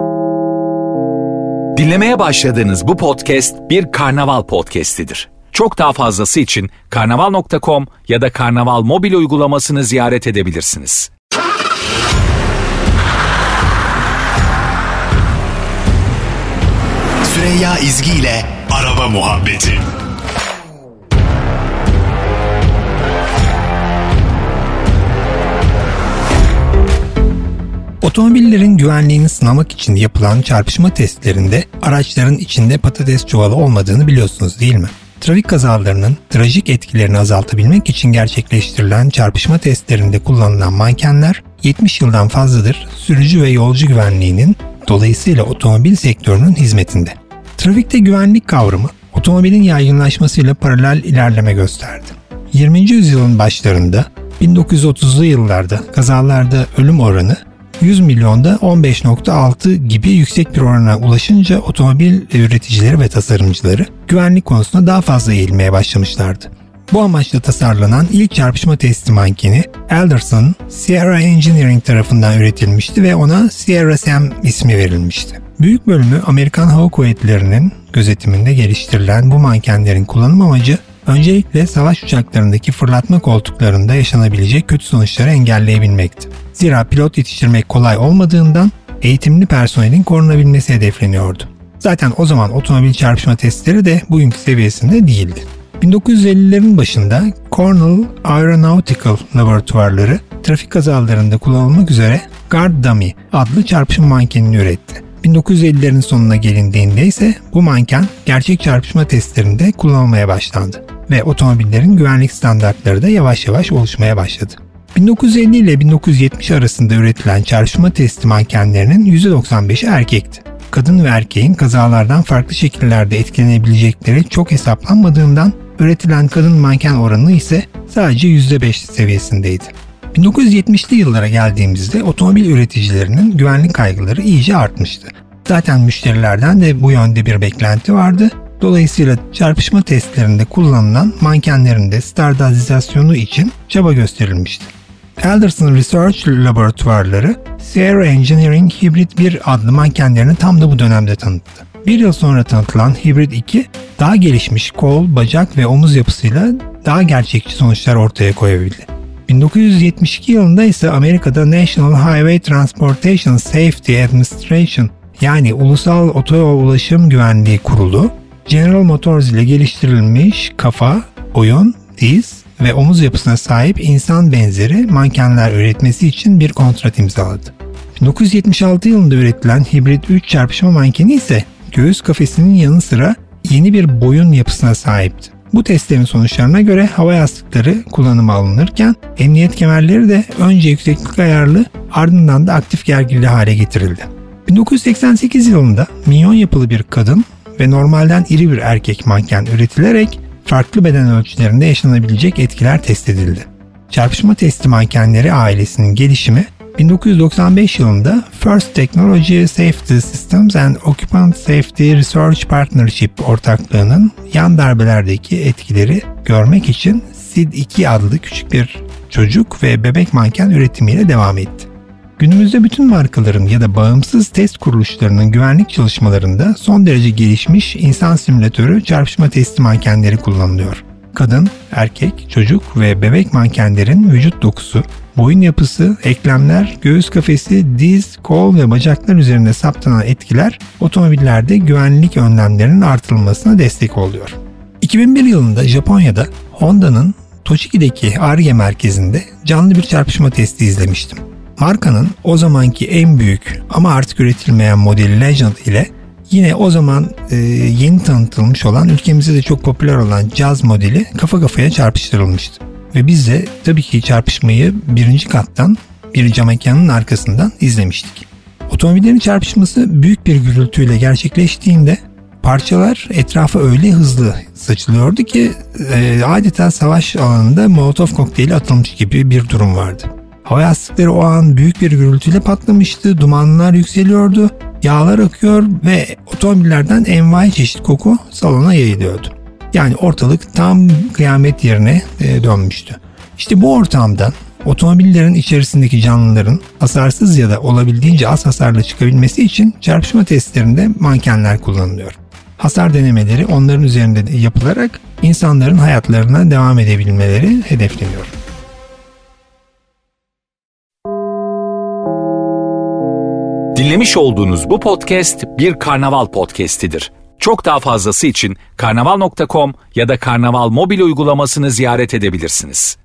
Dinlemeye başladığınız bu podcast bir Karnaval podcastidir. Çok daha fazlası için karnaval.com ya da Karnaval mobil uygulamasını ziyaret edebilirsiniz. Süreyya İzgi ile Araba Muhabbeti. Otomobillerin güvenliğini sınamak için yapılan çarpışma testlerinde araçların içinde patates çuvalı olmadığını biliyorsunuz değil mi? Trafik kazalarının trajik etkilerini azaltabilmek için gerçekleştirilen çarpışma testlerinde kullanılan mankenler 70 yıldan fazladır sürücü ve yolcu güvenliğinin, dolayısıyla otomobil sektörünün hizmetinde. Trafikte güvenlik kavramı otomobilin yaygınlaşmasıyla paralel ilerleme gösterdi. 20. yüzyılın başlarında 1930'lu yıllarda kazalarda ölüm oranı 100 milyonda 15.6 gibi yüksek bir orana ulaşınca otomobil üreticileri ve tasarımcıları güvenlik konusunda daha fazla eğilmeye başlamışlardı. Bu amaçla tasarlanan ilk çarpışma testi mankeni Alderson, Sierra Engineering tarafından üretilmişti ve ona Sierra Sam ismi verilmişti. Büyük bölümü Amerikan Hava Kuvvetleri'nin gözetiminde geliştirilen bu mankenlerin kullanım amacı öncelikle savaş uçaklarındaki fırlatma koltuklarında yaşanabilecek kötü sonuçları engelleyebilmekti. Zira pilot yetiştirmek kolay olmadığından eğitimli personelin korunabilmesi hedefleniyordu. Zaten o zaman otomobil çarpışma testleri de bugünkü seviyesinde değildi. 1950'lerin başında Cornell Aeronautical laboratuvarları trafik kazalarında kullanılmak üzere Guard Dummy adlı çarpışma mankenini üretti. 1950'lerin sonuna gelindiğinde ise bu manken gerçek çarpışma testlerinde kullanılmaya başlandı ve otomobillerin güvenlik standartları da yavaş yavaş oluşmaya başladı. 1950 ile 1970 arasında üretilen çarpışma testi mankenlerinin %95'i erkekti. Kadın ve erkeğin kazalardan farklı şekillerde etkilenebilecekleri çok hesaplanmadığından üretilen kadın manken oranı ise sadece %5 seviyesindeydi. 1970'li yıllara geldiğimizde otomobil üreticilerinin güvenlik kaygıları iyice artmıştı. Zaten müşterilerden de bu yönde bir beklenti vardı. Dolayısıyla çarpışma testlerinde kullanılan mankenlerin de standartizasyonu için çaba gösterilmişti. Alderson Research laboratuvarları Sierra Engineering Hybrid 1 adlı mankenlerini tam da bu dönemde tanıttı. Bir yıl sonra tanıtılan Hybrid 2 daha gelişmiş kol, bacak ve omuz yapısıyla daha gerçekçi sonuçlar ortaya koyabildi. 1972 yılında ise Amerika'da National Highway Transportation Safety Administration yani Ulusal Otoyol Ulaşım Güvenliği Kurulu, General Motors ile geliştirilmiş kafa, boyun, diz ve omuz yapısına sahip insan benzeri mankenler üretmesi için bir kontrat imzaladı. 1976 yılında üretilen Hybrid 3 çarpışma mankeni ise göğüs kafesinin yanı sıra yeni bir boyun yapısına sahipti. Bu testlerin sonuçlarına göre hava yastıkları kullanıma alınırken emniyet kemerleri de önce yükseklik ayarlı ardından da aktif gergili hale getirildi. 1988 yılında minyon yapılı bir kadın ve normalden iri bir erkek manken üretilerek farklı beden ölçülerinde yaşanabilecek etkiler test edildi. Çarpışma testi mankenleri ailesinin gelişimi 1995 yılında First Technology Safety Systems and Occupant Safety Research Partnership ortaklığının yan darbelerdeki etkileri görmek için SID-2 adlı küçük bir çocuk ve bebek manken üretimiyle devam etti. Günümüzde bütün markaların ya da bağımsız test kuruluşlarının güvenlik çalışmalarında son derece gelişmiş insan simülatörü çarpışma testi mankenleri kullanılıyor. Kadın, erkek, çocuk ve bebek mankenlerin vücut dokusu, boyun yapısı, eklemler, göğüs kafesi, diz, kol ve bacaklar üzerinde saptanan etkiler otomobillerde güvenlik önlemlerinin artırılmasına destek oluyor. 2001 yılında Japonya'da Honda'nın Toshiki'deki Ar-Ge merkezinde canlı bir çarpışma testi izlemiştim. Markanın o zamanki en büyük ama artık üretilmeyen modeli Legend ile yine o zaman yeni tanıtılmış olan, ülkemizde de çok popüler olan Jazz modeli kafa kafaya çarpıştırılmıştı. Ve biz de tabii ki çarpışmayı birinci kattan bir cam mekanın arkasından izlemiştik. Otomobillerin çarpışması büyük bir gürültüyle gerçekleştiğinde parçalar etrafa öyle hızlı saçılıyordu ki adeta savaş alanında Molotov kokteyli atılmış gibi bir durum vardı. Hava yastıkları o an büyük bir gürültüyle patlamıştı, dumanlar yükseliyordu, yağlar akıyor ve otomobillerden envai çeşit koku salona yayılıyordu. Yani ortalık tam kıyamet yerine dönmüştü. İşte bu ortamdan Otomobillerin içerisindeki canlıların hasarsız ya da olabildiğince az hasarla çıkabilmesi için çarpışma testlerinde mankenler kullanılıyor. Hasar denemeleri onların üzerinde de yapılarak insanların hayatlarına devam edebilmeleri hedefleniyor. Dinlemiş olduğunuz bu podcast bir Karnaval podcastidir. Çok daha fazlası için karnaval.com ya da Karnaval mobil uygulamasını ziyaret edebilirsiniz.